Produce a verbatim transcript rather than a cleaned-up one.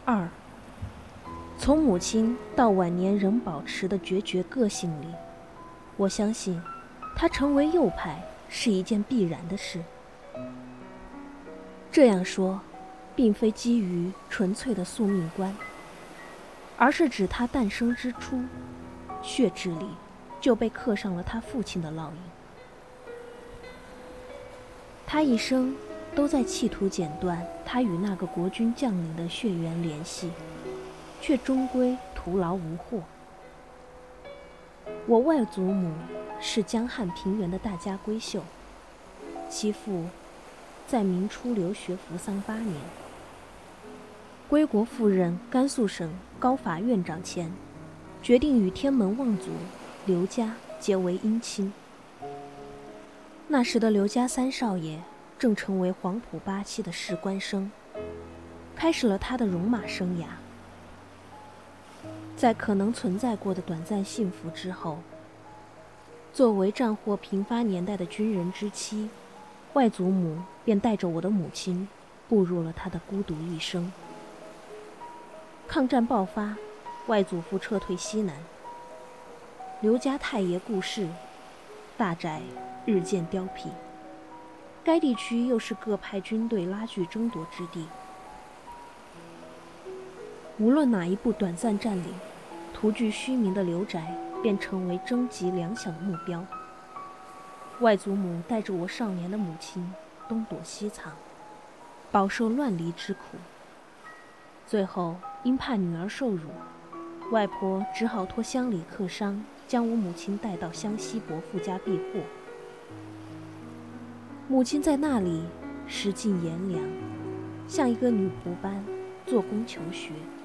二，从母亲到晚年仍保持的决绝个性里，我相信她成为右派是一件必然的事。这样说并非基于纯粹的宿命观，而是指她诞生之初，血质里就被刻上了她父亲的烙印。她一生都在企图剪断他与那个国军将领的血缘联系，却终归徒劳无获。我外祖母是江汉平原的大家闺秀，其父在明初留学扶桑八年，归国赴任甘肃省高法院长前，决定与天门望族刘家结为姻亲。那时的刘家三少爷正成为黄埔八期的士官生，开始了他的戎马生涯。在可能存在过的短暂幸福之后，作为战祸频发年代的军人之妻，外祖母便带着我的母亲步入了她的孤独一生。抗战爆发，外祖父撤退西南，刘家太爷故世，大宅日渐凋敝。该地区又是各派军队拉锯争夺之地，无论哪一部短暂占领，徒具虚名的刘宅便成为征集粮饷的目标。外祖母带着我少年的母亲东躲西藏，饱受乱离之苦。最后因怕女儿受辱，外婆只好托乡里客商将我母亲带到湘西伯父家避祸。母亲在那里食尽炎凉，像一个女仆般做工求学。